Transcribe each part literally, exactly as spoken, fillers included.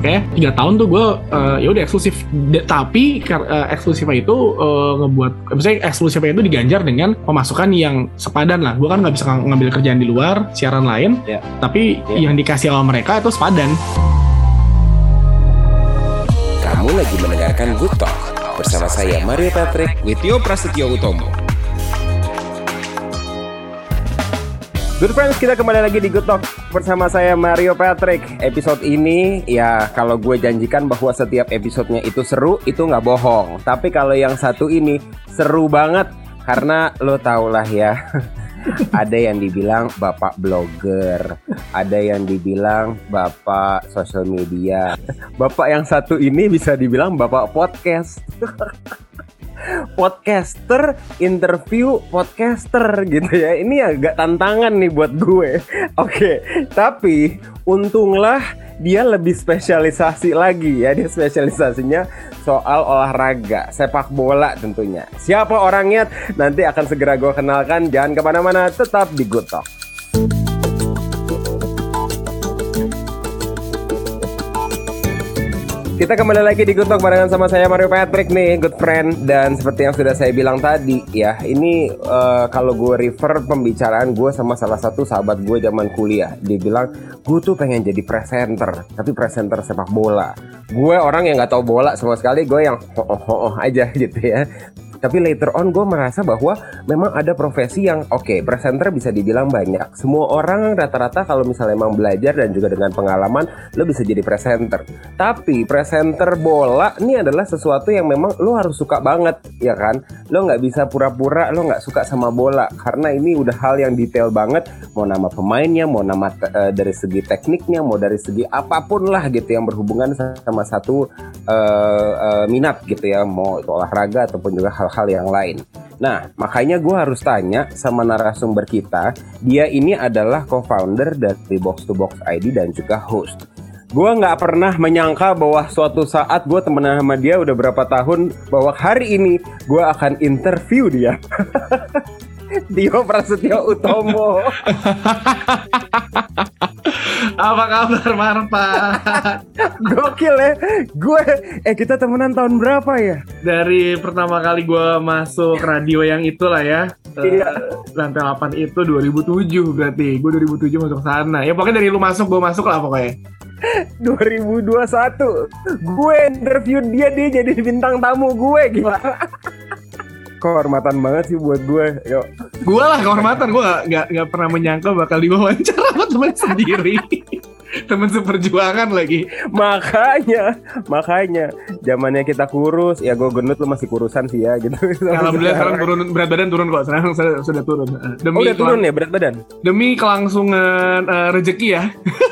pokoknya tiga tahun tuh gue uh, ya udah eksklusif. De- tapi uh, eksklusifnya itu uh, ngebuat, misalnya eksklusifnya itu diganjar dengan pemasukan yang sepadan lah. Gue kan nggak bisa ng- ngambil kerjaan di luar siaran lain, yeah. tapi yeah. yang dikasih sama mereka itu sepadan. Kamu lagi mendengarkan Good Talk bersama saya Mario Patrick with Tio Prasetyo Utomo. Good friends, kita kembali lagi di Good Talk bersama saya Mario Patrick. Episode ini ya kalau gue janjikan bahwa setiap episodenya itu seru, itu nggak bohong. Tapi kalau yang satu ini seru banget karena lo tau lah ya. Ada yang dibilang bapak blogger, ada yang dibilang bapak sosial media. Bapak yang satu ini bisa dibilang bapak podcast. Podcaster, interview podcaster gitu ya. Ini agak tantangan nih buat gue. Oke, tapi untunglah dia lebih spesialisasi lagi ya. Dia spesialisasinya soal olahraga, sepak bola tentunya. Siapa orangnya? Nanti akan segera gue kenalkan. Jangan kemana-mana, tetap di Good Talk. Kita kembali lagi di Good Talk barengan sama saya Mario Patrick nih, good friend. Dan seperti yang sudah saya bilang tadi ya, ini uh, kalau gue refer pembicaraan gue sama salah satu sahabat gue zaman kuliah. Dia bilang, gue tuh pengen jadi presenter, tapi presenter sepak bola. Gue orang yang gak tahu bola sama sekali, gue yang ho-ho-ho aja gitu ya. Tapi later on gue merasa bahwa memang ada profesi yang oke, okay, presenter bisa dibilang banyak. Semua orang rata-rata kalau misalnya emang belajar dan juga dengan pengalaman, lo bisa jadi presenter. Tapi presenter bola ini adalah sesuatu yang memang lo harus suka banget, ya kan? Lo nggak bisa pura-pura lo nggak suka sama bola, karena ini udah hal yang detail banget. Mau nama pemainnya, mau nama te- uh, dari segi tekniknya, mau dari segi apapun lah gitu yang berhubungan sama satu uh, uh, minat gitu ya, mau itu olahraga ataupun juga hal hal yang lain. Nah, makanya gue harus tanya sama narasumber kita. Dia ini adalah co-founder dari Box to Box I D dan juga host. Gue nggak pernah menyangka bahwa suatu saat gue temenan sama dia udah berapa tahun, bahwa hari ini gue akan interview dia. Tio Prasetyo Utomo. Apa kabar Marpa? Gokil ya. Gue eh kita temenan tahun berapa ya? Dari pertama kali gue masuk radio yang itulah ya. Iya. Lantai delapan itu dua ribu tujuh berarti. Gue dua ribu tujuh masuk sana. Ya pokoknya dari lu masuk gue masuk lah pokoknya. dua ribu dua puluh satu gue interview dia, dia jadi bintang tamu gue, gimana? Kehormatan banget sih buat gue. Yo. Gue lah kehormatan. Gue gak, gak, gak pernah menyangka bakal diwawancara sama teman sendiri. Temen seperjuangan lagi. Makanya Makanya zamannya kita kurus. Ya gue gendut, lu masih kurusan sih ya gitu. Alhamdulillah sekarang turun, berat badan turun kok. Sekarang sudah, sudah turun. Demi oh udah turun kelang- ya berat badan? Demi kelangsungan uh, rezeki ya.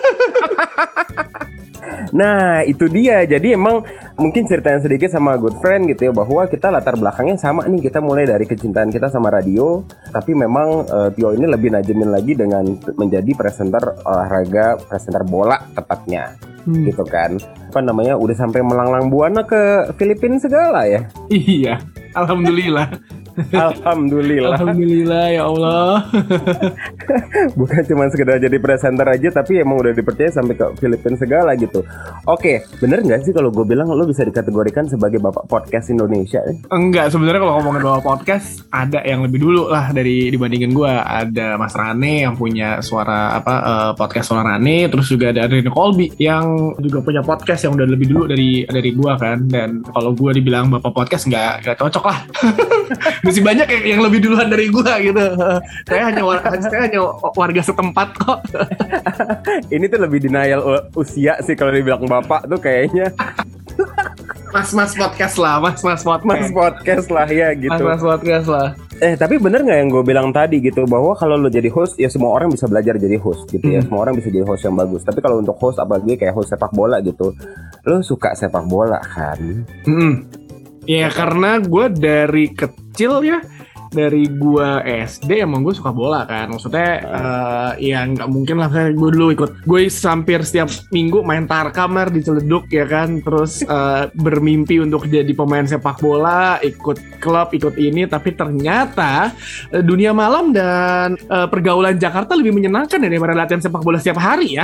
Nah itu dia. Jadi emang mungkin ceritain sedikit sama good friend gitu ya, bahwa kita latar belakangnya sama nih. Kita mulai dari kecintaan kita sama radio, tapi memang uh, Tio ini lebih najemin lagi dengan menjadi presenter olahraga, presenter bola tepatnya. hmm. Gitu kan. Apa namanya, udah sampai melanglang buana ke Filipina segala ya. Iya, alhamdulillah. Alhamdulillah. Alhamdulillah ya Allah. Bukan cuma sekedar jadi presenter aja, tapi emang udah dipercaya sampai ke Filipina segala gitu. Oke, bener nggak sih kalau gue bilang lo bisa dikategorikan sebagai bapak podcast Indonesia? Enggak, sebenarnya kalau ngomongin bapak podcast ada yang lebih dulu lah dari dibandingin gue. Ada Mas Rane yang punya suara apa uh, podcast suara Rane, terus juga ada Rene Colby yang juga punya podcast yang udah lebih dulu dari dari gue kan. Dan kalau gue dibilang bapak podcast nggak nggak cocok lah. Masih banyak yang, yang lebih duluan dari gue gitu. Saya hanya saya hanya warga setempat kok. Ini tuh lebih denial usia sih kalau dibilang bapak tuh kayaknya. Mas-mas podcast lah, mas-mas podcast. Mas podcast lah ya gitu. Mas-mas podcast lah. Eh tapi bener nggak yang gue bilang tadi gitu, bahwa kalau lo jadi host ya semua orang bisa belajar jadi host gitu ya. Hmm. Semua orang bisa jadi host yang bagus. Tapi kalau untuk host apalagi kayak host sepak bola gitu, lo suka sepak bola kan? Hmm. Ya karena gue dari kecil ya, dari gue S D emang gue suka bola kan. Maksudnya uh, ya nggak mungkin lah, gue dulu ikut, gue hampir setiap minggu main tarkamar di Ciledug ya kan. Terus uh, bermimpi untuk jadi pemain sepak bola, ikut klub, ikut ini. Tapi ternyata uh, dunia malam dan uh, pergaulan Jakarta lebih menyenangkan daripada latihan sepak bola setiap hari ya.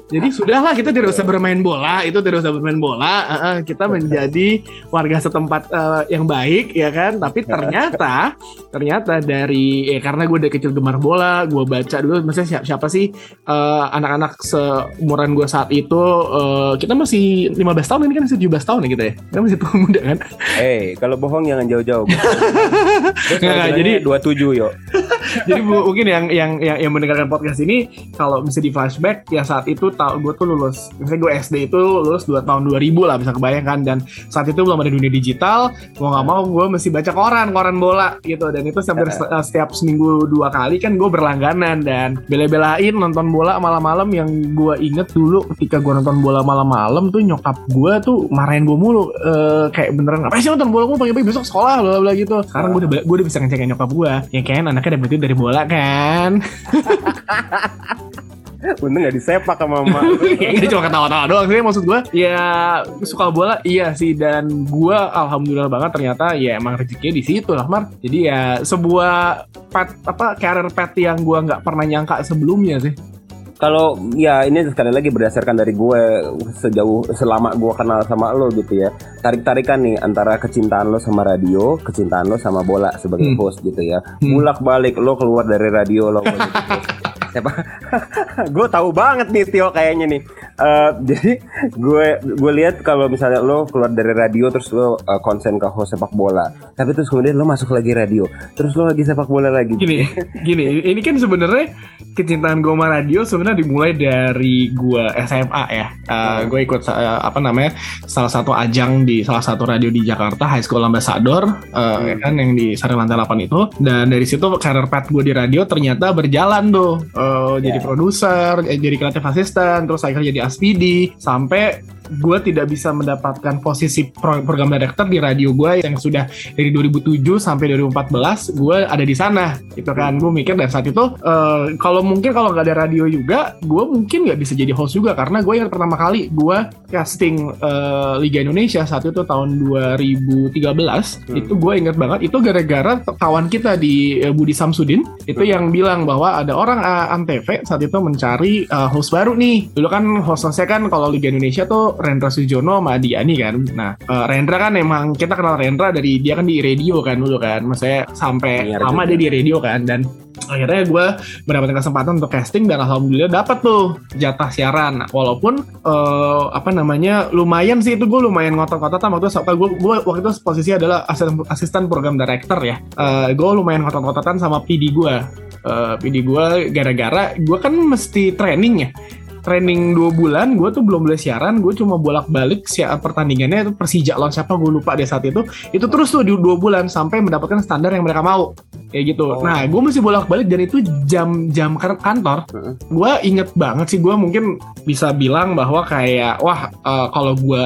Jadi sudahlah kita tidak usah bermain bola, itu tidak usah bermain bola. Uh, uh, kita menjadi warga setempat uh, yang baik, ya kan? Tapi ternyata, ternyata dari, ya karena gue dari kecil gemar bola, gue baca dulu, maksudnya siapa, siapa sih uh, anak-anak seumuran gue saat itu? Uh, kita masih lima belas tahun, ini kan masih tujuh belas tahun ya kita ya, kita masih tua muda kan? Eh, hey, kalau bohong jangan jauh-jauh. Nggak, jadi dua puluh tujuh yuk. Jadi mungkin yang yang yang, yang mendengarkan podcast ini, kalau bisa di flashback, ya saat itu tahun gue tuh lulus, misalnya gue S D itu lulus dua tahun dua ribu lah, bisa kebayangkan. Dan saat itu belum ada dunia digital, mau nggak mau gue mesti baca koran koran bola gitu. Dan itu setiap, uh. setiap seminggu dua kali kan gue berlangganan dan bela-belain nonton bola malam-malam. Yang gue inget dulu ketika gue nonton bola malam-malam tuh, nyokap gue tuh marahin gue mulu, uh, kayak beneran ngapain sih nonton bola, gue pagi-pagi besok sekolah bla bla gitu. Sekarang gue udah gue udah bisa ngecekin nyokap gue, ya kan anaknya dapat duit dari bola kan. Untung gak disepak sama mama. Ya ini cuma ketawa-tawa doang sih, maksud gue ya suka bola iya sih. Dan gue alhamdulillah banget ternyata ya emang rezekinya di situ lah Mar. Jadi ya sebuah pet, apa career path yang gue nggak pernah nyangka sebelumnya sih. Kalau ya ini sekali lagi berdasarkan dari gue sejauh selama gue kenal sama lo gitu ya, tarik-tarikan nih antara kecintaan lo sama radio, kecintaan lo sama bola sebagai hmm. host gitu ya. hmm. Bulak-balik lo keluar dari radio lo gitu. Siapa? Gue tahu banget nih Tio kayaknya nih. Uh, jadi gue gue lihat kalau misalnya lo keluar dari radio terus lo uh, konsen ke host sepak bola, tapi terus kemudian lo masuk lagi radio, terus lo lagi sepak bola lagi. Gini, gini, ini kan sebenarnya kecintaan gue sama radio sebenarnya dimulai dari gue S M A ya. Uh, gue ikut uh, apa namanya salah satu ajang di salah satu radio di Jakarta, High School Ambassador, uh, hmm. kan yang di Sari Lantai delapan itu. Dan dari situ career path gue di radio ternyata berjalan tuh. Uh, yeah. Jadi produser, eh, jadi kreatif asisten, terus akhirnya jadi S P D, sampai gue tidak bisa mendapatkan posisi pro- program director di radio gue yang sudah dari dua ribu tujuh sampai dua ribu empat belas gue ada di sana gitu kan. Gue mikir dari saat itu uh, kalau mungkin kalau nggak ada radio juga gue mungkin nggak bisa jadi host juga, karena gue yang pertama kali gue casting uh, Liga Indonesia saat itu tahun dua ribu tiga belas. hmm. Itu gue ingat banget, itu gara-gara kawan kita di uh, Budi Samsudin itu hmm. yang bilang bahwa ada orang uh, Antv saat itu mencari uh, host baru nih. Dulu kan host-hostnya kan kalau Liga Indonesia tuh Rendra Sujono sama Diani kan. Nah, uh, Rendra kan emang kita kenal Rendra dari dia kan di radio kan dulu kan. Maksudnya sampai ya, lama dia di radio kan. Dan akhirnya gue mendapatkan kesempatan untuk casting dan alhamdulillah dapat tuh jatah siaran. Walaupun uh, apa namanya lumayan sih, itu gue lumayan ngotot-ngototan waktu itu. Gue, gue waktu itu posisi adalah asisten, asisten program director ya. Uh, gue lumayan ngotot-ngototan sama P D gue. Uh, P D gue gara-gara gue kan mesti training ya. Training dua bulan, gue tuh belum boleh siaran, gue cuma bolak-balik siar pertandingannya itu Persija lawan siapa gue lupa deh saat itu. Itu terus tuh di dua bulan sampai mendapatkan standar yang mereka mau, kayak gitu. Oh. Nah, gue mesti bolak-balik dan itu jam-jam kantor. Uh-huh. Gue inget banget sih, gue mungkin bisa bilang bahwa kayak wah uh, kalau gue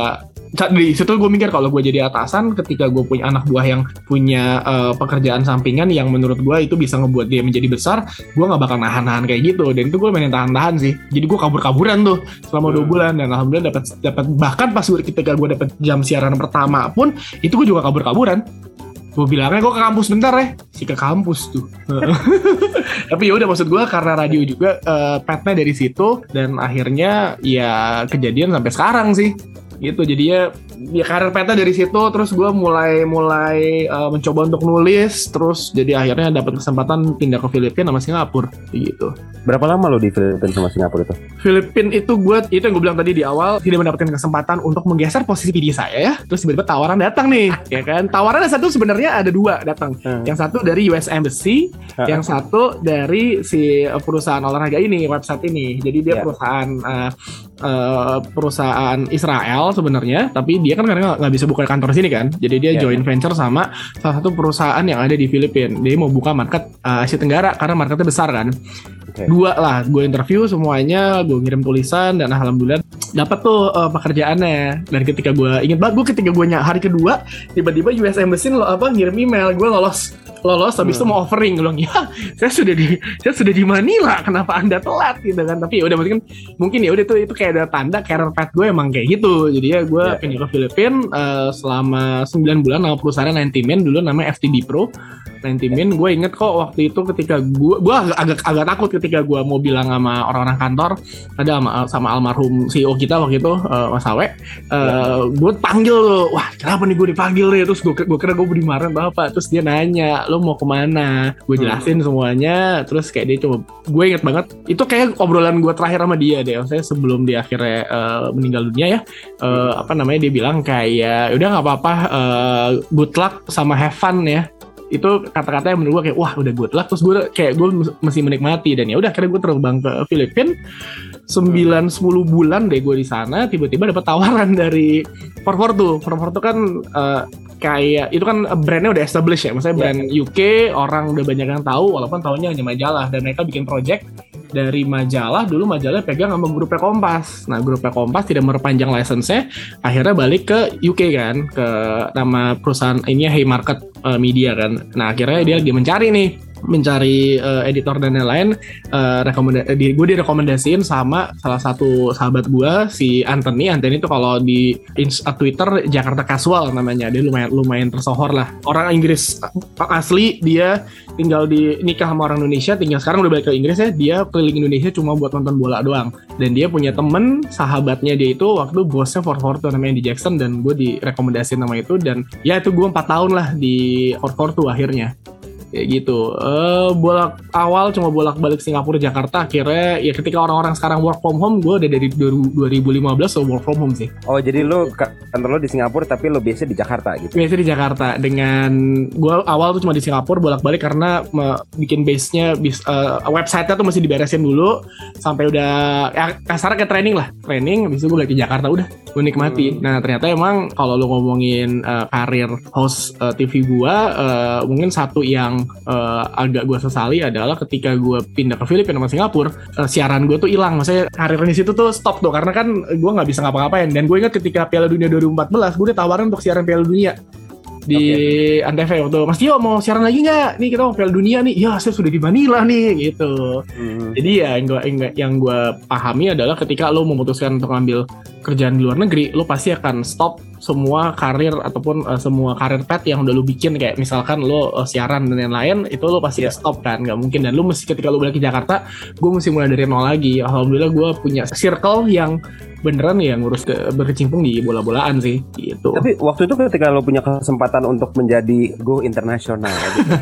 di situ gue mikir kalau gue jadi atasan ketika gue punya anak buah yang punya uh, pekerjaan sampingan yang menurut gue itu bisa ngebuat dia menjadi besar, gue nggak bakal nahan-nahan kayak gitu. Dan itu gue mainin tahan-tahan sih, jadi gue kabur-kaburan tuh selama dua bulan dan alhamdulillah dapat dapat bahkan pas ketika gue dapat jam siaran pertama pun itu gue juga kabur-kaburan. Gue bilangnya gue ke kampus bentar ya, sih ke kampus tuh. Tapi ya udah, maksud gue karena radio juga uh, petnya dari situ dan akhirnya ya kejadian sampai sekarang sih. Gitu, jadinya ya karir peta dari situ. Terus gue mulai mulai uh, mencoba untuk nulis, terus jadi akhirnya dapat kesempatan pindah ke Filipina sama Singapura gitu. Berapa lama lo di Filipina sama Singapura itu? Filipina itu gue, itu yang gue bilang tadi di awal, tidak mendapatkan kesempatan untuk menggeser posisi P D saya ya. Terus tiba-tiba tawaran datang nih, ya kan? Tawaran satu sebenarnya ada dua datang. Hmm. Yang satu dari U S Embassy, hmm. yang satu dari si perusahaan olahraga ini, website ini. Jadi dia yeah. perusahaan uh, uh, perusahaan Israel sebenarnya, tapi dia kan karena nggak bisa buka kantor sini kan, jadi dia yeah. joint venture sama salah satu perusahaan yang ada di Filipina. Dia mau buka market uh, Asia Tenggara karena marketnya besar kan. Okay. Dua lah, gue interview semuanya, gue ngirim tulisan dan alhamdulillah dapat tuh uh, pekerjaannya. Dan ketika gue ingat banget, gue ketika gue ny- hari kedua tiba-tiba U S Embassy lo apa ngirim email, gue lolos lolos habis hmm. itu mau offering, gue bilang ya saya sudah di saya sudah di Manila, kenapa anda telat gitu kan. Tapi ya udah, mungkin mungkin ya udah itu itu kayak ada tanda career path gue emang kayak gitu. Jadi ya gue yeah. pindah ke Filipina uh, selama sembilan bulan sama perusahaan sembilan Man dulu namanya F T D Pro. sembilan puluh min. Gue inget kok waktu itu ketika gue gue agak, agak agak takut ketika gue mau bilang sama orang-orang kantor, ada sama, sama almarhum C E O kita waktu itu uh, Mas Awe, uh, ya. Gue panggil lo, wah kenapa nih gue dipanggil ya, terus gue gue kira gue dimarahin bapak, terus dia nanya lo mau kemana, gue jelasin hmm. semuanya, terus kayak dia coba, gue inget banget itu kayak obrolan gue terakhir sama dia deh, saya sebelum dia akhirnya uh, meninggal dunia ya, uh, apa namanya dia bilang kayak udah nggak apa-apa, uh, good luck sama have fun ya. Itu kata-kata yang menurut gue kayak wah udah good luck, terus gue kayak gue mesti menikmati, dan ya udah akhirnya gue terbang ke Filipina sembilan sepuluh bulan deh gue di sana, tiba-tiba dapat tawaran dari four forty-two. four forty-two kan uh, kayak itu kan brandnya udah established ya, maksudnya brand yeah. U K, orang udah banyak yang tahu walaupun tahunya hanya majalah, dan mereka bikin project dari majalah, dulu majalah pegang sama grupnya Kompas. Nah grupnya Kompas tidak memperpanjang license-nya, akhirnya balik ke U K kan, ke nama perusahaan ini Haymarket uh, Media kan. Nah akhirnya dia lagi mencari nih, mencari uh, editor dan lain-lain. uh, rekomenda- di, gue direkomendasiin sama salah satu sahabat gue, si Anthony. Anthony itu kalau di ins- Twitter Jakarta Casual namanya, dia lumayan lumayan tersohor lah, orang Inggris asli, dia tinggal di nikah sama orang Indonesia, tinggal sekarang udah balik ke Inggris ya, dia keliling Indonesia cuma buat nonton bola doang, dan dia punya temen sahabatnya dia itu waktu bosnya four forty-two namanya Andy Jackson, dan gue direkomendasiin nama itu, dan ya itu gue empat tahun lah di four forty-two akhirnya. Kayak gitu. Uh, bolak awal cuma bolak-balik Singapura Jakarta, akhirnya ya ketika orang-orang sekarang work from home, gue udah dari dua ribu lima belas so work from home sih. Oh jadi lu kantor lu di Singapura tapi lu biasa di Jakarta gitu? Biasa di Jakarta. Dengan gue awal tuh cuma di Singapura bolak-balik karena me- bikin base-nya bis, uh, website-nya tuh masih diberesin dulu sampai udah ya, kasarnya kayak training lah, training habis itu gue balik ke Jakarta, udah gue nikmati. Hmm. Nah ternyata emang kalau lu ngomongin uh, karir host uh, T V gue, uh, mungkin satu yang Uh, agak gue sesali adalah ketika gue pindah ke Filipina sama Singapura, uh, siaran gue tuh hilang, maksudnya karir di situ tuh stop tuh, karena kan gue nggak bisa ngapa-ngapain. Dan gue ingat ketika Piala Dunia dua ribu empat belas, gue ditawarin untuk siaran Piala Dunia di okay. Antv waktu, Mas Tio mau siaran lagi nggak? Nih kita mau Piala Dunia nih, ya saya sudah di Manila nih gitu. Hmm. Jadi ya yang gue yang gue pahami adalah ketika lo memutuskan untuk ngambil kerjaan di luar negeri, lo pasti akan stop semua karir ataupun uh, semua karir pet yang udah lo bikin, kayak misalkan lo uh, siaran dan lain-lain, itu lo pasti yeah. stop kan, nggak mungkin. Dan lo mesti ketika lo balik ke Jakarta, gue mesti mulai dari nol lagi. Alhamdulillah gue punya circle yang beneran ya ngurus ke, berkecimpung di bola-bolaan sih gitu. Tapi waktu itu ketika lo punya kesempatan untuk menjadi go internasional gitu.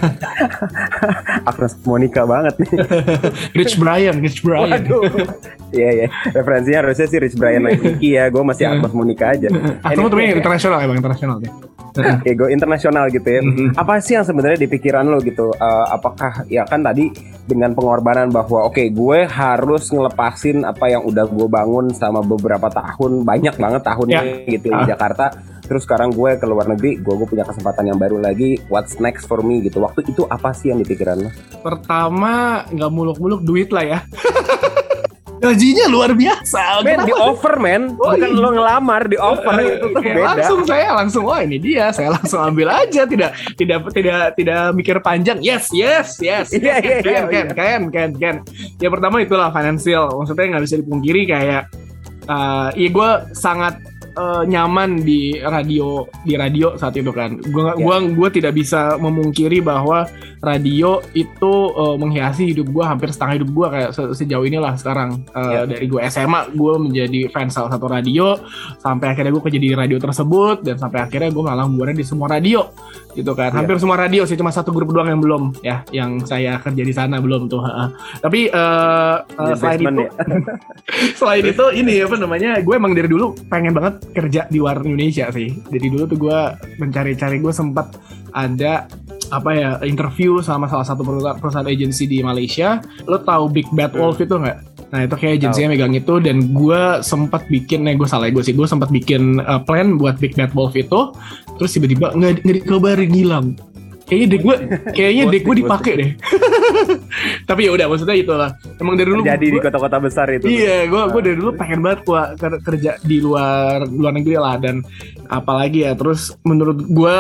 Agnes Monica banget nih. Rich Brian, Rich Brian. Waduh. Iya ya, referensinya harusnya sih Rich Brian lagi ya, gue masih Agnes Monica aja. Aku tuh internasional emang internasional deh. Oke, go internasional gitu ya. Mm-hmm. Apa sih yang sebenarnya di pikiran lo gitu? Uh, apakah ya kan tadi dengan pengorbanan bahwa oke okay, gue harus ngelepasin apa yang udah gue bangun sama beberapa tahun, banyak banget tahunnya yeah. gitu uh. di Jakarta. Terus sekarang gue ke luar negeri, gue gue punya kesempatan yang baru lagi. What's next for me gitu? Waktu itu apa sih yang di pikiran lo? Pertama nggak muluk-muluk duit lah ya. Gajinya luar biasa. Men, di offer men, oh, bukan iya. lo ngelamar, di offer uh, itu tuh beda. Langsung saya langsung oh ini dia, saya langsung ambil aja, tidak tidak tidak tidak mikir panjang. Yes, yes, yes. Iya iya iya. Kan kan kan kan. Ya pertama itulah financial. Maksudnya nggak bisa dipungkiri kayak uh, ya gue sangat uh, nyaman di radio di radio saat itu kan. Gue yeah. gua gue tidak bisa memungkiri bahwa radio itu uh, menghiasi hidup gue hampir setengah hidup gue kayak se- sejauh inilah sekarang. Uh, yeah. Dari gue S M A gue menjadi fans salah satu radio sampai akhirnya gue kerja di radio tersebut, dan sampai akhirnya gue malah membuatnya di semua radio gitu kan. Yeah. Hampir semua radio sih, cuma satu grup doang yang belum ya, yang saya kerja di sana belum tuh. Uh, tapi uh, uh, selain itu ya. selain itu ini apa namanya, gue emang dari dulu pengen banget kerja di luar Indonesia sih. Dari dulu tuh gue mencari-cari, gue sempat ada apa ya interview sama salah satu perusahaan, perusahaan agensi di Malaysia. Lo tahu Big Bad Wolf itu nggak? Nah itu kayak agensinya megang itu, dan gue sempat bikin, nih gue salah gue sih, gue sempat bikin uh, plan buat Big Bad Wolf itu, terus tiba-tiba nggak nggak dikabarin, hilang. Kayaknya dek gue, kayaknya dek gue dipakai deh. Tapi ya udah, maksudnya itulah. Emang dari dulu jadi di kota-kota besar itu. Iya, gue gue dari dulu pengen banget gue kerja di luar luar negeri lah, dan apalagi ya. Terus menurut gue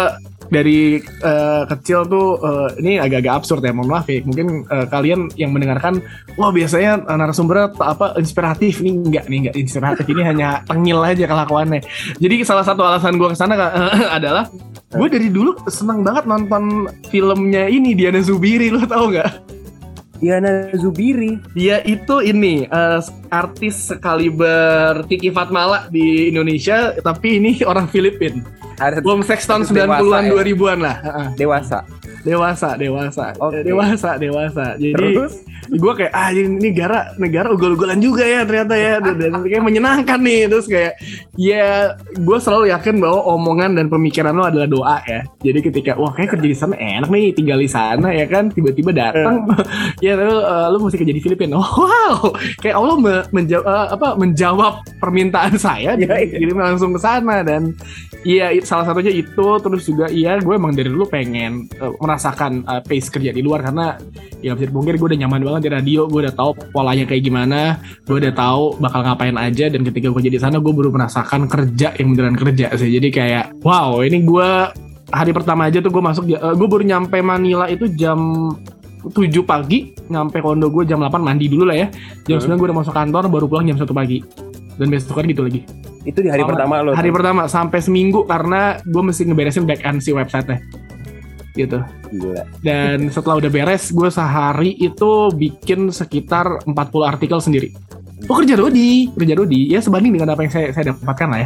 dari uh, kecil tuh uh, ini agak-agak absurd ya, mohon maaf ya. Mungkin uh, kalian yang mendengarkan, wah biasanya uh, narasumbernya apa inspiratif, ini enggak nih enggak inspiratif, ini hanya tengil aja kelakuannya. Jadi salah satu alasan gue kesana uh, adalah gue dari dulu seneng banget nonton filmnya ini Diana Zubiri, lo tau nggak? Diana Zubiri, dia itu ini uh, artis sekaliber Kiki Fatmala di Indonesia, tapi ini orang Filipina. Bom seks tahun sembilan puluhan dua ribuan lah. Dewasa. Dewasa, dewasa, okay. dewasa, dewasa. Jadi terus gue kayak ah ini negara negara ugal-ugalan juga ya ternyata ya, dan kayak menyenangkan nih. Terus kayak ya gue selalu yakin bahwa omongan dan pemikiran lo adalah doa ya. Jadi ketika wah kayak kerja di sana enak nih, tinggal di sana ya kan, tiba-tiba datang ya lo uh, lo mesti kerja di Filipina. Oh, wow, kayak Allah me- menjawab uh, apa menjawab permintaan saya, ya, dikirim langsung ke sana. Dan iya salah satunya itu. Terus juga iya gue emang dari dulu pengen uh, merasakan uh, pace kerja di luar, karena ya bisa dipungkir gue udah nyaman banget di radio, gue udah tahu polanya kayak gimana, gue udah tahu bakal ngapain aja. Dan ketika gue jadi sana gue baru merasakan kerja yang beneran kerja sih. Jadi kayak wow, ini gue hari pertama aja tuh gue masuk uh, gue baru nyampe Manila itu jam tujuh pagi, nyampe kondo gue jam delapan, mandi dulu lah ya, jam sembilan gue udah masuk kantor, baru pulang jam satu pagi. Dan besok kan gitu lagi. Itu di hari Lama, pertama lo? Hari tuh? pertama sampai seminggu, karena gue mesti ngeberesin back end si website-nya gitu. Gila. Dan setelah udah beres, gue sehari itu bikin sekitar empat puluh artikel sendiri. Oh kerja Dodi, kerja Dodi ya sebanding dengan apa yang saya saya dapatkan lah ya.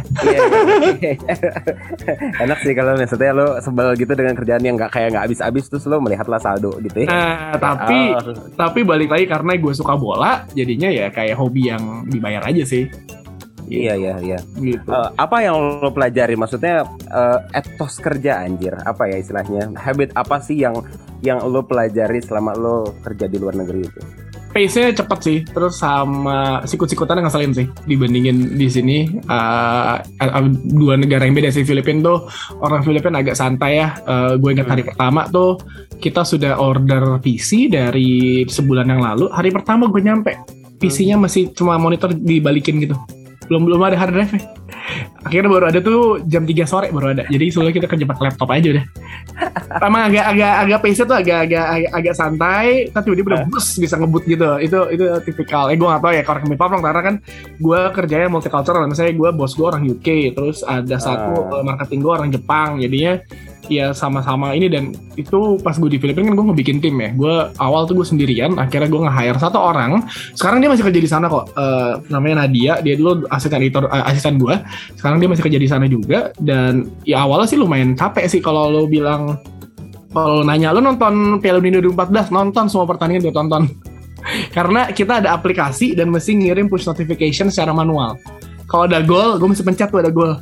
Enak sih kalau misalnya lo sebel gitu dengan kerjaan yang nggak kayak nggak habis-habis, terus lo melihatlah saldo gitu ya. Nah, tapi oh. tapi balik lagi karena gue suka bola, jadinya ya kayak hobi yang dibayar aja sih. Gitu. Iya iya iya. Gitu. Uh, apa yang lo pelajari? Maksudnya uh, etos kerja anjir. Apa ya istilahnya? Habit apa sih yang yang lo pelajari selama lo kerja di luar negeri itu? Pace-nya cepet sih, terus sama sikut-sikutan ngeselin sih dibandingin di sini. Uh, dua negara yang beda sih. Filipina tuh orang Filipina agak santai ya. Uh, gue ingat hari pertama tuh kita sudah order P C dari sebulan yang lalu. Hari pertama gue nyampe, P C-nya masih cuma monitor dibalikin gitu. Belum belum ada hard drive-nya. Akhirnya baru ada tuh jam tiga sore baru ada. Jadi soalnya kita kerja pakai laptop aja udah. Emang agak agak agak pace tuh agak agak agak, agak santai, tapi tiba-tiba udah bus bisa ngebut gitu. Itu itu tipikal. Eh gue nggak tahu ya kalau kami paham, karena kan gue kerjanya multicultural. Misalnya gue bos gue orang U K, terus ada satu uh. marketing gue orang Jepang. Jadinya ya sama-sama ini. Dan itu pas gue di Filipina kan gue ngebikin tim ya. Gue awal tuh gue sendirian, akhirnya gue nge-hire satu orang. Sekarang dia masih kerja di sana kok. Uh, namanya Nadia, dia dulu asisten editor, uh, asisten gue. Sekarang dia masih kerja di sana juga. Dan ya awalnya sih lumayan capek sih kalau lo bilang, kalau nanya lo nonton Piala Dunia dua ribu empat belas, nonton semua pertandingan gue tonton. Karena kita ada aplikasi dan mesti ngirim push notification secara manual. Kalau ada gol, gue mesti pencet tuh ada gol.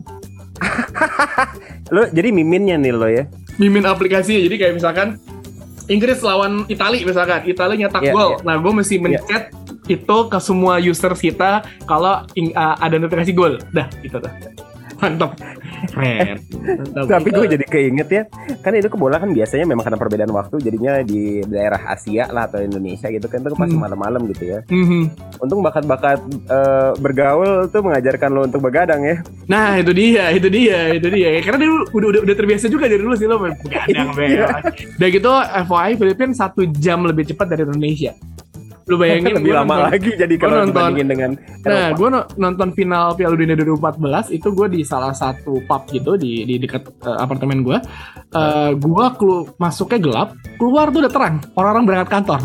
Lo jadi miminnya nih lo ya? Mimin aplikasinya. Jadi kayak misalkan Inggris lawan Itali misalkan, Itali nyetak yeah, gol. Yeah. Nah, gue mesti mencet yeah. itu ke semua user kita kalau uh, ada notifikasi gol. Dah, gitu tuh. Mantap. Keren. Tapi gue jadi keinget ya, kan itu bola kan biasanya memang karena perbedaan waktu, jadinya di daerah Asia lah atau Indonesia gitu kan, itu pasti hmm. malam-malam gitu ya. Hmm. Untung bakat-bakat uh, bergaul tuh mengajarkan lo untuk begadang ya. Nah itu dia, itu dia, itu dia. Karena dia udah udah, udah terbiasa juga dari dulu sih lo begadang. Udah gitu F Y I Filipina satu jam lebih cepat dari Indonesia. Lu bayangin lebih lama nonton, lagi jadi kalau dibandingin dengan Eropa. Nah gue no, nonton final Piala Dunia dua ribu empat belas itu gue di salah satu pub gitu di di dekat uh, apartemen gue. uh, gue kelu- masuknya gelap, keluar tuh udah terang, orang-orang berangkat kantor.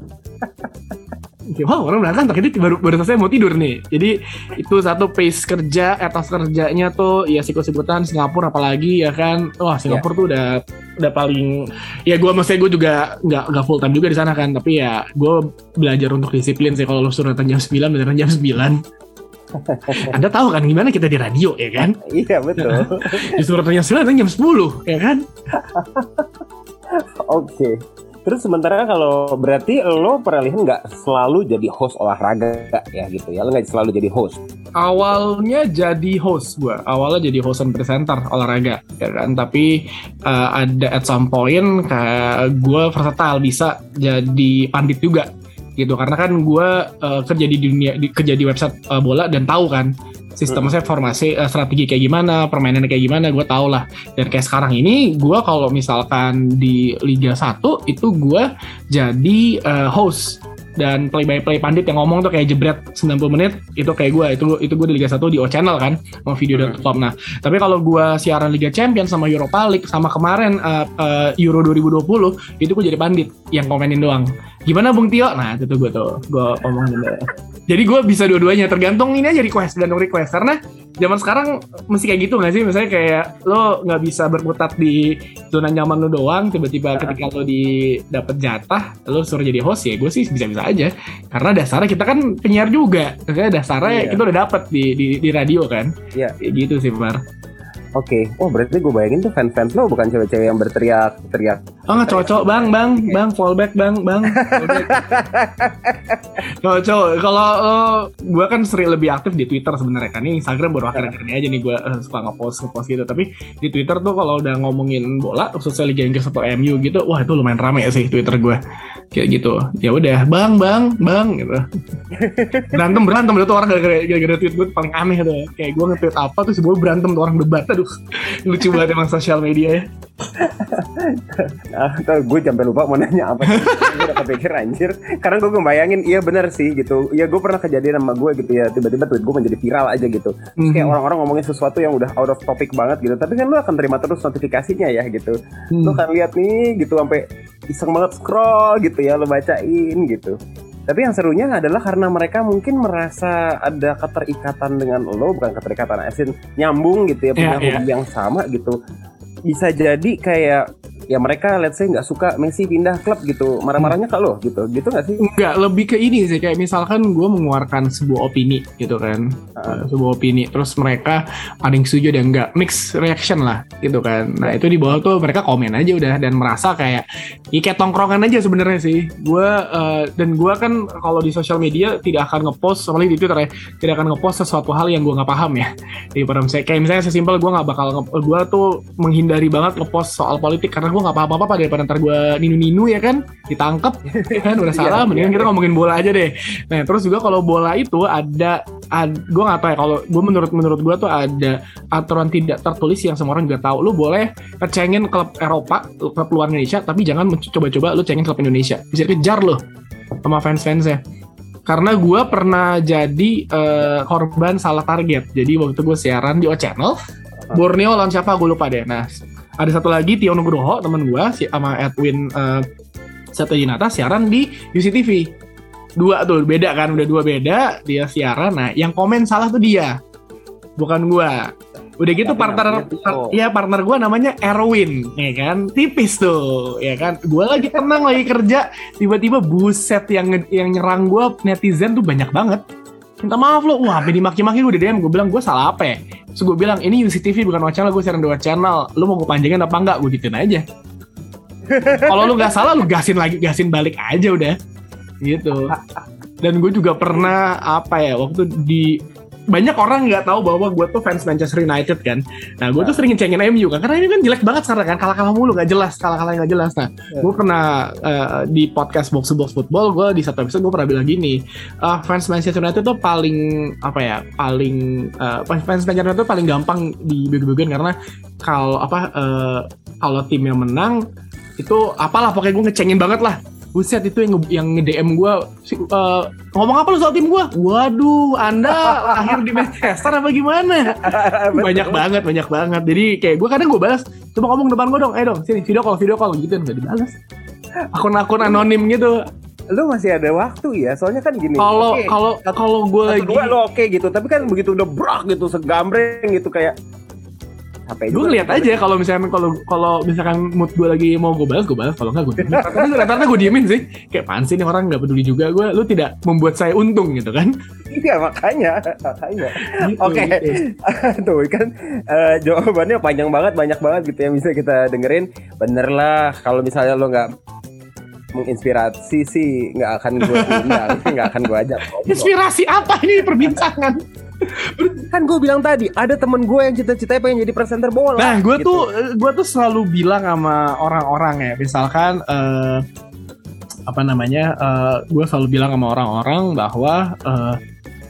Wow, orang berangkat kantor, jadi baru baru selesai mau tidur nih. Jadi itu satu pace kerja, etos kerjanya tuh ya sikut-sikutan. Singapura apalagi ya kan, wah Singapura yeah. tuh udah udah paling, ya gue maksudnya gue juga nggak nggak full time juga di sana kan, tapi ya gue belajar untuk disiplin sih. Kalau lu suruh datang jam sembilan, beneran jam sembilan. Anda tahu kan gimana kita di radio ya kan? Iya betul. Disuruh datang jam sembilan, datang jam sepuluh ya kan? Oke. Okay. Terus sementara kalau berarti lo peralihan nggak selalu jadi host olahraga ya gitu ya? Lo nggak selalu jadi host? Awalnya jadi host gue, awalnya jadi host and presenter olahraga ya kan. Tapi uh, ada at some point kayak gue versatile, bisa jadi pandit juga gitu. Karena kan gue uh, kerja di dunia, di, kerja di website uh, bola dan tahu kan sistem saya formasi uh, strategi kayak gimana, permainannya kayak gimana, gue tau lah. Dan kayak sekarang ini gue kalau misalkan di Liga satu itu gue jadi uh, host dan play by play pandit yang ngomong tuh kayak jebret sembilan puluh menit itu kayak gue itu itu gue di Liga satu di O Channel kan sama video dot com. Nah tapi kalau gue siaran Liga Champions sama Europa League sama kemarin uh, uh, Euro dua ribu dua puluh itu gue jadi pandit yang komenin doang. Gimana Bung Tio? Nah itu tuh gue tuh gue ngomongin deh. Jadi gue bisa dua-duanya, tergantung ini aja request dan request. Karena zaman sekarang mesti kayak gitu nggak sih? Misalnya kayak lo nggak bisa berkutat di zona nyaman lo doang, tiba-tiba ketika lo di dapet jatah lo suruh jadi host, ya gue sih bisa-bisa aja. Karena dasarnya kita kan penyiar juga, kayak dasarnya yeah. kita udah dapet di di, di radio kan. Iya. Yeah. Kayak gitu sih Mar. Oke, okay. Oh berarti gue bayangin tuh fans-fans lo bukan cewek-cewek yang berteriak-teriak. Oh nggak cocok bang, bang, bang, fallback bang, bang. Cocok. Kalau uh, gue kan sering lebih aktif di Twitter sebenarnya kan. Ini Instagram baru akhir-akhir ini aja nih gue uh, suka ngepost ngepost gitu. Tapi di Twitter tuh kalau udah ngomongin bola, khususnya Liga Inggris atau M U gitu, wah itu lumayan rame sih Twitter gue. Kayak gitu. Ya udah, bang, bang, bang, gitu. Berantem berantem itu orang gara-gara tweet gue paling aneh tuh. Kayak gue nge-tweet apa tuh sebuah berantem tuh orang debat. Aduh, lucu banget emang sosial media ya. Nah, gue sampai lupa mau nanya apa sih. Gue udah kepikir anjir. Karena gue ngebayangin, iya benar sih gitu. Ya gue pernah kejadian sama gue gitu ya. Tiba-tiba tweet gue menjadi viral aja gitu. Mm-hmm. Kayak orang-orang ngomongin sesuatu yang udah out of topic banget gitu. Tapi kan lu akan terima terus notifikasinya ya gitu. Mm. Lu kan lihat nih gitu sampai iseng banget scroll gitu ya, lu bacain gitu. Tapi yang serunya adalah karena mereka mungkin merasa ada keterikatan dengan lo, bukan keterikatan asin, nyambung gitu ya, punya yeah, hobi yeah. yang sama gitu. Bisa jadi kayak ya mereka let's say nggak suka Messi pindah klub gitu, marah-marahnya ke lo gitu, gitu nggak sih? Nggak, lebih ke ini sih, kayak misalkan gue mengeluarkan sebuah opini gitu kan, uh. sebuah opini, terus mereka ada yang setuju dan nggak, mix reaction lah gitu kan. Nah itu di bawah tuh mereka komen aja udah dan merasa kayak kayak tongkrongan aja sebenarnya sih. Gue uh, dan gue kan kalau di sosial media tidak akan ngepost, apalagi di Twitter ya, tidak akan ngepost sesuatu hal yang gue nggak paham ya. Jadi pada misalnya kayak misalnya sesimpel gue nggak bakal nge- gue tuh menghindari banget ngepost soal politik karena gue nggak paham apa-apa daripada ntar gue ninu-ninu ya kan, ditangkep ya kan, udah salah, mendingan kita ngomongin bola aja deh. Nah terus juga kalau bola itu ada, ada gue nggak tahu ya, kalau gue menurut menurut gue tuh ada aturan tidak tertulis yang semua orang juga tahu. Lu boleh cengin klub Eropa, klub luar Indonesia, tapi jangan coba-coba lu cengin klub Indonesia, bisa kejar lo sama fans-fansnya. Karena gue pernah jadi uh, korban salah target. Jadi waktu gue siaran di O Channel, Borneo lawan siapa gue lupa deh. Nah ada satu lagi Tio Nugroho teman gue si sama Edwin uh, Setyajinata siaran di U C T V. Dua tuh beda kan, udah dua beda dia siaran. Nah yang komen salah tuh dia, bukan gue. Udah gitu partner par, ya partner gue namanya Erwin, ya kan, tipis tuh, ya kan. Gue lagi tenang lagi kerja, tiba-tiba buset yang yang nyerang gue netizen tuh banyak banget. Minta maaf lo, wah sampai dimaki-maki gue di D M, gue bilang gue salah apa ya? Terus gue bilang ini U C T V bukan O Channel, gue siaran dua channel, lu mau gue panjangin apa enggak? Gue gituin aja. Kalau lu nggak salah, lu gasin lagi, gasin balik aja udah, gitu. Dan gue juga pernah apa ya, waktu di banyak orang nggak tahu bahwa gue tuh fans Manchester United kan. Nah gue tuh sering ngecengin M U kan, karena ini kan jelek banget sekarang kan, kalah-kalah mulu, nggak jelas, kalah-kalah nggak jelas. Nah gue pernah uh, di podcast Box to Box Football, gue di satu episode gue pernah bilang gini, uh, fans Manchester United tuh paling apa ya, paling uh, fans Manchester United tuh paling gampang dibego-begoin karena kalau apa uh, kalau timnya menang itu apalah pokoknya gue ngecengin banget lah. Buset itu yang yang nge-D M gue uh, ngomong apa lu soal tim gue? Waduh, Anda lahir di Manchester apa gimana? Banyak banget, banyak banget. Jadi kayak gue kadang gue balas, coba ngomong depan gue dong, eh dong, sini video call, video call gitu, nggak dibalas. Akun-akun anonim gitu. Lu masih ada waktu ya, soalnya kan gini. Kalau kalau okay. kalau gue lagi, gue lo oke okay gitu, tapi kan begitu udah brak gitu, segambreng gitu kayak. Gue lihat aja kalau misalkan kalau kalau misalkan mood gue lagi mau gue balas gue balas, kalau nggak gue diemin. Rata-rata gue diemin sih, kayak apaan sih nih orang, nggak peduli juga gue, lu tidak membuat saya untung gitu kan. Iya makanya makanya gitu, oke okay. Gitu. Tuh kan uh, jawabannya panjang banget, banyak banget gitu yang bisa kita dengerin. Bener lah, kalau misalnya lo nggak menginspirasi sih nggak akan gue undang, nggak akan gue ajak. Inspirasi apa ini perbincangan? Kan gue bilang tadi ada temen gue yang cita-citanya pengen jadi presenter bola. Nah gue gitu. tuh gue tuh selalu bilang sama orang-orang ya, misalkan uh, apa namanya, uh, gue selalu bilang sama orang-orang bahwa uh,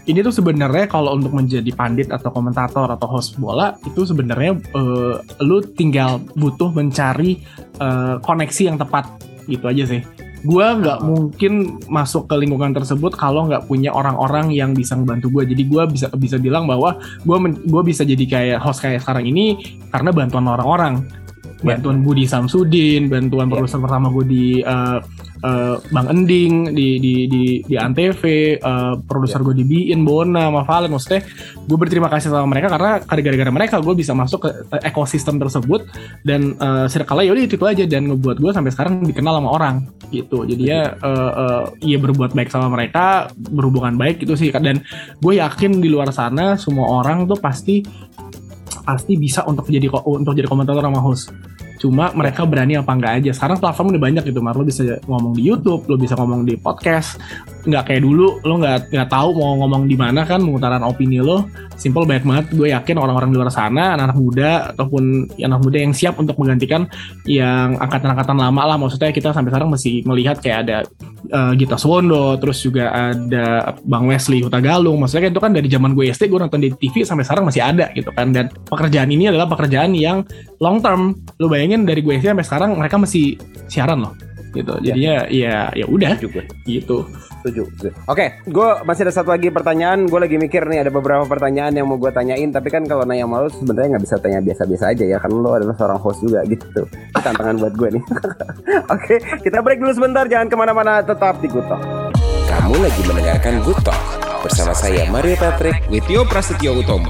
ini tuh sebenarnya kalau untuk menjadi pandit atau komentator atau host bola itu sebenarnya uh, lu tinggal butuh mencari uh, koneksi yang tepat gitu aja sih. Gue nggak oh. mungkin masuk ke lingkungan tersebut kalau nggak punya orang-orang yang bisa ngebantu gue. Jadi gue bisa bisa bilang bahwa gue gue bisa jadi kayak host kayak sekarang ini karena bantuan orang-orang. Bantuan yeah. Budi Samsudin, bantuan yeah. produser pertama gue di uh, uh, Bang Ending, di di di di Antv, uh, produser yeah. gue di Biin, Bona, sama Valen. Maksudnya gue berterima kasih sama mereka karena gara-gara mereka gue bisa masuk ke ekosistem tersebut dan uh, circle-nya yaudah itu aja dan ngebuat gue sampai sekarang dikenal sama orang gitu. Jadi ya uh, uh, ya berbuat baik sama mereka, berhubungan baik gitu sih. Dan gue yakin di luar sana semua orang tuh pasti pasti bisa untuk jadi untuk jadi komentator sama host. Cuma mereka berani apa enggak aja. Sekarang platform udah banyak gitu, Mar. Lo bisa ngomong di YouTube, lo bisa ngomong di podcast. Nggak kayak dulu, lo nggak nggak tahu mau ngomong di mana kan, mengutarakan opini lo. Simple banyak banget. Gue yakin orang-orang di luar sana, anak-anak muda ataupun anak muda yang siap untuk menggantikan yang angkatan-angkatan lama lah. Maksudnya kita sampai sekarang masih melihat kayak ada uh, Gita Suwondo, terus juga ada Bang Wesley Hutagalung. Maksudnya itu kan dari zaman gue S D, gue nonton di T V sampai sekarang masih ada gitu kan. Dan pekerjaan ini adalah pekerjaan yang long term. Lo bayangin dari gue S D sampai sekarang mereka masih siaran loh gitu. Jadinya ya ya udah gitu. Setuju. Oke, gue masih ada satu lagi pertanyaan. Gue lagi mikir nih ada beberapa pertanyaan yang mau gue tanyain. Tapi kan kalau nanya sama lo sebenarnya nggak bisa tanya biasa-biasa aja ya. Karena lo adalah seorang host juga gitu. Tantangan buat gue nih. Oke, kita break dulu sebentar. Jangan kemana-mana, tetap di Good Talk. Kamu lagi mendengarkan Good Talk bersama saya Mario Patrick with Tio Prasetyo Utomo.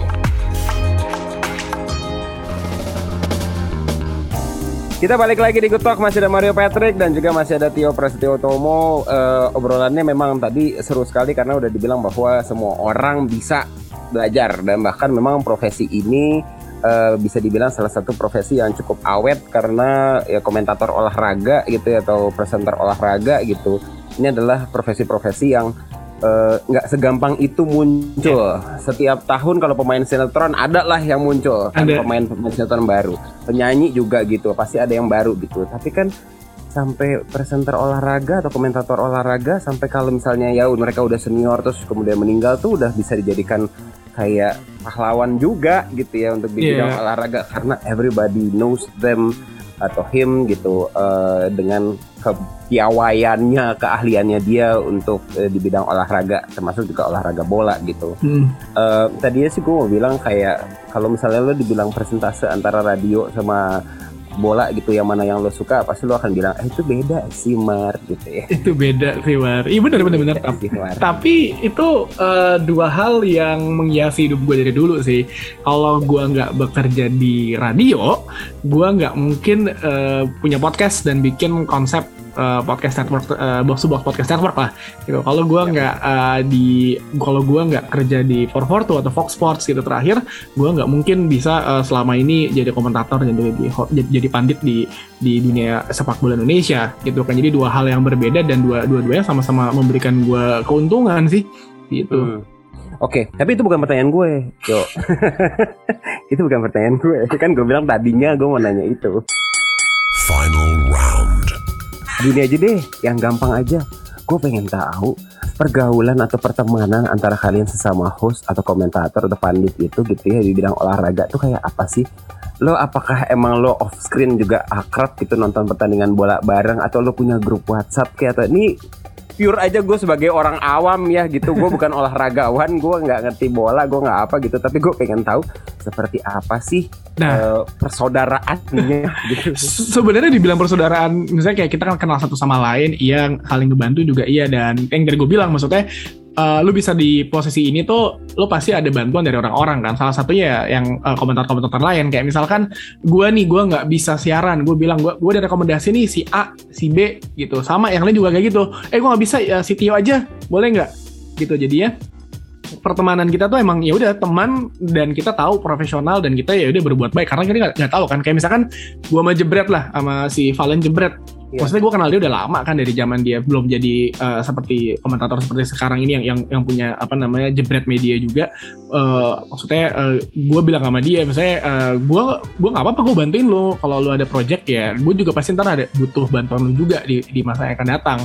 Kita balik lagi di Good Talk, masih ada Mario Patrick dan juga masih ada Tio Prasetyo Utomo. Uh, obrolannya memang tadi seru sekali karena udah dibilang bahwa semua orang bisa belajar dan bahkan memang profesi ini uh, bisa dibilang salah satu profesi yang cukup awet karena ya komentator olahraga gitu ya, atau presenter olahraga gitu. Ini adalah profesi-profesi yang nggak uh, segampang itu muncul. Yeah. Setiap tahun kalau pemain sinetron ada lah yang muncul kan, pemain pemain sinetron baru, penyanyi juga gitu, pasti ada yang baru gitu. Tapi kan sampai presenter olahraga atau komentator olahraga, sampai kalau misalnya ya mereka udah senior terus kemudian meninggal tuh udah bisa dijadikan kayak pahlawan juga gitu ya untuk di bidang yeah. olahraga karena everybody knows them atau him gitu uh, dengan kepiawaiannya, keahliannya dia untuk uh, di bidang olahraga, termasuk juga olahraga bola gitu. Hmm. Uh, tadinya sih gue mau bilang kayak kalau misalnya lo dibilang persentase antara radio sama bola gitu, yang mana yang lo suka, pasti lo akan bilang eh itu beda sih Mar gitu ya. Itu beda sih Mar. Iya benar benar benar. Tapi, tapi itu uh, dua hal yang menghiasi hidup gue dari dulu sih. Kalau gue nggak bekerja di radio, gue nggak mungkin uh, punya podcast dan bikin konsep Uh, podcast network, uh, box to box podcast network lah gitu. Kalau gue nggak uh, di, kalau gue nggak kerja di four forty atau Fox Sports gitu terakhir, gue nggak mungkin bisa uh, selama ini jadi komentator dan jadi, jadi jadi pandit di di dunia sepak bola Indonesia gitu kan. Jadi dua hal yang berbeda dan dua dua-duanya sama-sama memberikan gue keuntungan sih gitu. Hmm. Oke, okay, tapi itu bukan pertanyaan gue, yo. Itu bukan pertanyaan gue. Kan gue bilang tadinya gue mau nanya itu. Final round. Gini aja deh, yang gampang aja. Gue pengen tahu pergaulan atau pertemanan antara kalian sesama host atau komentator atau pandit itu gitu ya di bidang olahraga tuh kayak apa sih? Lo apakah emang lo off screen juga akrab gitu nonton pertandingan bola bareng, atau lo punya grup WhatsApp kayak, atau ini pure aja gue sebagai orang awam ya gitu, gue bukan olahragawan, gue nggak ngerti bola, gue nggak apa gitu, tapi gue pengen tahu seperti apa sih nah, uh, persaudaraannya gitu. Sebenarnya dibilang persaudaraan, misalnya kayak kita kan kenal satu sama lain, iya, saling ngebantu juga iya, dan yang dari gue bilang maksudnya uh, lu bisa di posisi ini tuh lu pasti ada bantuan dari orang-orang kan. Salah satunya yang uh, komentar-komentar lain, kayak misalkan gue nih, gue nggak bisa siaran, gue bilang gue gue ada rekomendasi nih si A, si B gitu, sama yang lain juga kayak gitu, eh gue nggak bisa ya, si Tio aja boleh nggak gitu. Jadinya pertemanan kita tuh emang ya udah teman, dan kita tahu profesional, dan kita ya udah berbuat baik karena kita nggak tahu kan. Kayak misalkan gue sama Jebret lah, sama si Valen Jebret, yeah. Maksudnya gue kenal dia udah lama kan, dari zaman dia belum jadi uh, seperti komentator seperti sekarang ini yang yang yang punya apa namanya Jebret Media juga. Uh, maksudnya uh, gue bilang sama dia, misalnya uh, gue gue nggak apa-apa, gue bantuin lo kalau lo ada project ya, gue juga pasti ntar ada butuh bantuan lo juga di di masa yang akan datang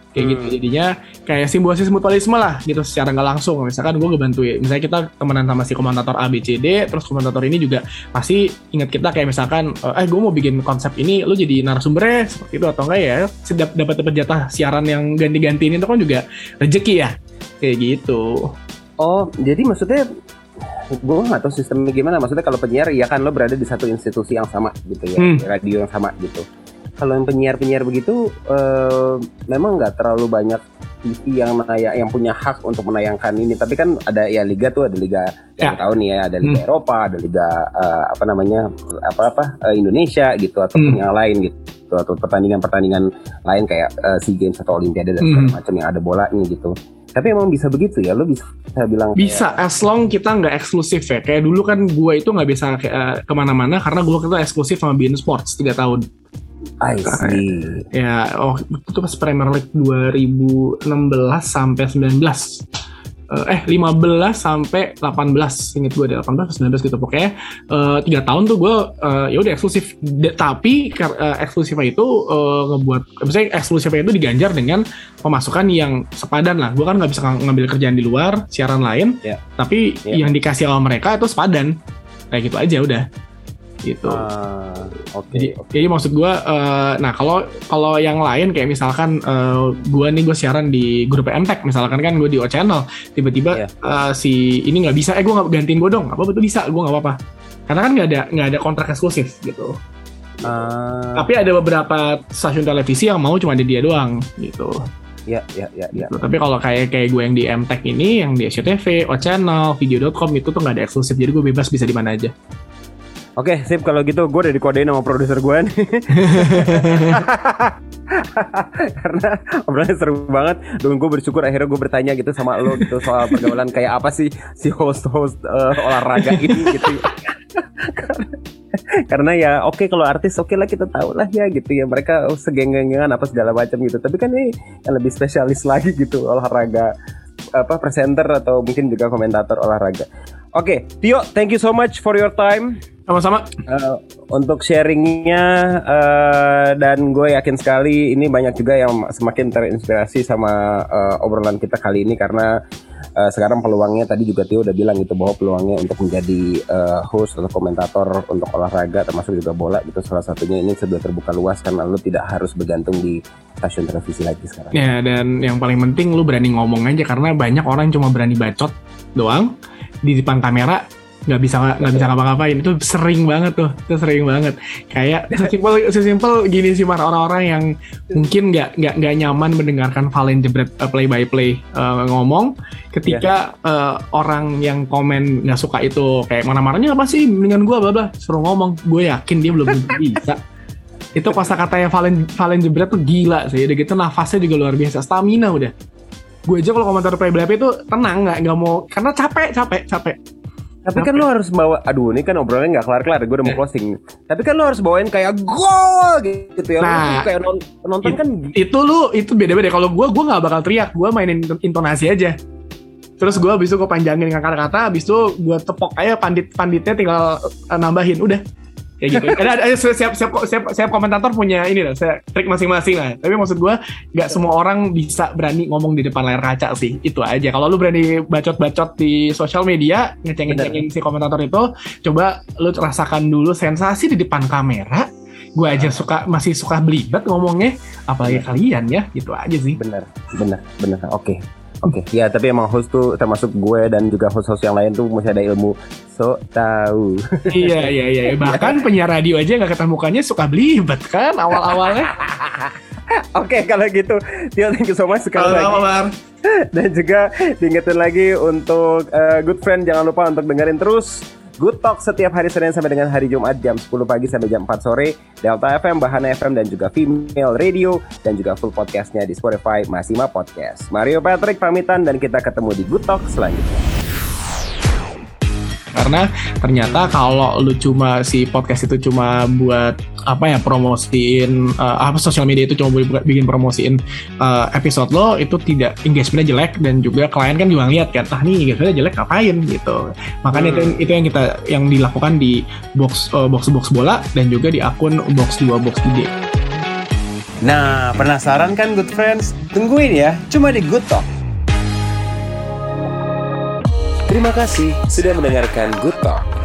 kayak gitu. Jadinya kayak simbiosis mutualisme lah gitu secara nggak langsung. Misalkan gue ngebantuin, misalnya kita temenan sama si komentator A B C D, terus komentator ini juga pasti ingat kita kayak misalkan eh gue mau bikin konsep ini, lu jadi narasumbernya seperti itu atau enggak ya, dapat dapat jatah siaran yang ganti-gantiin itu kan juga rezeki ya kayak gitu. Oh, jadi maksudnya gue nggak tahu sistemnya gimana. Maksudnya kalau penyiar ya kan lo berada di satu institusi yang sama gitu ya, hmm. radio yang sama gitu. Kalau yang penyiar-penyiar begitu uh, memang nggak terlalu banyak T V yang menayang, yang punya hak untuk menayangkan ini. Tapi kan ada ya liga tuh, ada liga yang ya. Tahu nih ya, ada liga hmm. Eropa, ada liga uh, apa namanya apa-apa uh, Indonesia gitu ataupun hmm. yang lain gitu, atau pertandingan-pertandingan lain kayak uh, SEA Games atau Olimpiade dan segala hmm. macam yang ada bolanya gitu. Tapi emang bisa begitu ya, lo bisa bilang bisa kayak, as long kita nggak eksklusif ya. Kayak dulu kan gue itu nggak bisa uh, kemana-mana karena gue kita eksklusif sama beIN Sports tiga tahun. I see. Ya, oh itu pas Premier League dua ribu enam belas sampai sembilan belas. Eh lima belas sampai delapan belas, ingat gue deh delapan belas sembilan belas gitu pokoknya uh, tiga tahun tuh gue uh, ya udah eksklusif. De- tapi uh, eksklusifnya itu uh, ngebuat misalnya eksklusifnya itu diganjar dengan pemasukan yang sepadan lah. Gue kan nggak bisa ng- ngambil kerjaan di luar siaran lain, yeah. tapi yeah. yang dikasih sama mereka itu sepadan kayak gitu aja udah. Gitu. Uh, Oke. Okay, okay. Jadi maksud gue, uh, nah kalau kalau yang lain kayak misalkan uh, gue nih gue siaran di grup M T E C misalkan kan gue di O Channel, tiba-tiba yeah. uh, si ini nggak bisa, eh gue nggak gantiin gue dong, apa betul bisa, gue nggak apa-apa, karena kan nggak ada nggak ada kontrak eksklusif gitu. Uh, Tapi ada beberapa stasiun televisi yang mau cuma di dia doang gitu. Ya, ya, ya, ya. Gitu. Tapi kalau kayak kayak gue yang di M T E C ini, yang di S C T V, O Channel, video dot com itu tuh nggak ada eksklusif, jadi gue bebas bisa di mana aja. Oke, sip. Kalau gitu gue udah dikodein sama produser gue nih. Karena obrolannya seru banget. Dan gue bersyukur akhirnya gue bertanya gitu sama lo gitu soal pergaulan kayak apa sih si host-host uh, olahraga ini gitu. Karena ya oke okay, kalau artis oke okay lah kita tahu lah ya gitu ya, mereka oh, segeng-gengan apa segala macam gitu. Tapi kan ini yang lebih spesialis lagi gitu, olahraga apa presenter atau mungkin juga komentator olahraga. Oke, okay, Tio, thank you so much for your time. Sama-sama. Uh, untuk sharingnya uh, dan gue yakin sekali ini banyak juga yang semakin terinspirasi sama uh, obrolan kita kali ini karena uh, sekarang peluangnya tadi juga Tio udah bilang gitu bahwa peluangnya untuk menjadi uh, host atau komentator untuk olahraga termasuk juga bola gitu salah satunya ini sudah terbuka luas karena lu tidak harus bergantung di stasiun televisi lagi sekarang. Ya, dan yang paling penting lu berani ngomong aja karena banyak orang cuma berani bacot doang di depan kamera. nggak bisa nggak bisa ngapa-ngapain. Itu sering banget tuh, itu sering banget. Kayak sesimpel sesimpel gini sih, Mar, orang-orang yang mungkin nggak nggak nggak nyaman mendengarkan Valen Jebret uh, play by play uh, ngomong ketika yeah. uh, orang yang komen nggak suka itu kayak mana-mananya apa sih dengan gue bla bla, suruh ngomong. Gue yakin dia belum bisa. Itu kosakatanya Valen Valen Jebret tuh gila sih. Udah gitu nafasnya juga luar biasa, stamina udah. Gue aja kalau komentar play by play itu tenang, nggak nggak mau karena capek capek capek. Tapi kan lo harus bawa, aduh ini kan obrolannya nggak kelar-kelar, gue udah mau closing. Tapi kan lo harus bawain kayak gol gitu ya, nah, kayak penonton it, kan. Itu lu, itu beda-beda. Kalau gue, gue nggak bakal teriak, gue mainin intonasi aja. Terus gue abis itu gue panjangin kata-kata, abis itu gue tepok aja pandit-panditnya tinggal uh, nambahin, udah. Kayak gitu. Ada, ada siap, siap, siap, siap komentator punya ini lah, saya trik masing-masing lah. Tapi maksud gue, nggak semua orang bisa berani ngomong di depan layar kaca sih. Itu aja. Kalau lu berani bacot-bacot di sosial media, ngecengin-cengin si komentator itu, coba lu rasakan dulu sensasi di depan kamera. Gue aja suka masih suka belibet ngomongnya, apalagi kalian ya. Gitu aja sih. Bener, bener, bener. Oke. Oke, okay. Ya tapi emang host tuh termasuk gue dan juga host-host yang lain tuh mesti ada ilmu so tahu. Iya iya iya, bahkan penyiar radio aja nggak ketemu mukanya suka belibet kan awal-awalnya. Oke, okay, kalau gitu, Tio, thank you so much sekali lagi. Halo, dan juga diingetin lagi untuk uh, good friend jangan lupa untuk dengerin terus Good Talk setiap hari Senin sampai dengan hari Jumat jam sepuluh pagi sampai jam empat sore, Delta F M, Bahana F M, dan juga Female Radio, dan juga full podcastnya di Spotify, Masima Podcast. Mario Patrick pamitan dan kita ketemu di Good Talk selanjutnya. Karena ternyata kalau lu cuma si podcast itu cuma buat apa ya promosiin uh, apa sosial media itu cuma buat bikin promosiin uh, episode lo, itu tidak engagementnya jelek dan juga klien kan juga ngeliat kan, ah nih engagementnya jelek ngapain gitu. Makanya hmm. itu, itu yang kita yang dilakukan di box uh, box box bola dan juga di akun box dua box ide. Nah, penasaran kan Good Friends? Tungguin ya, cuma di Good Talk. Terima kasih sudah mendengarkan Good Talk.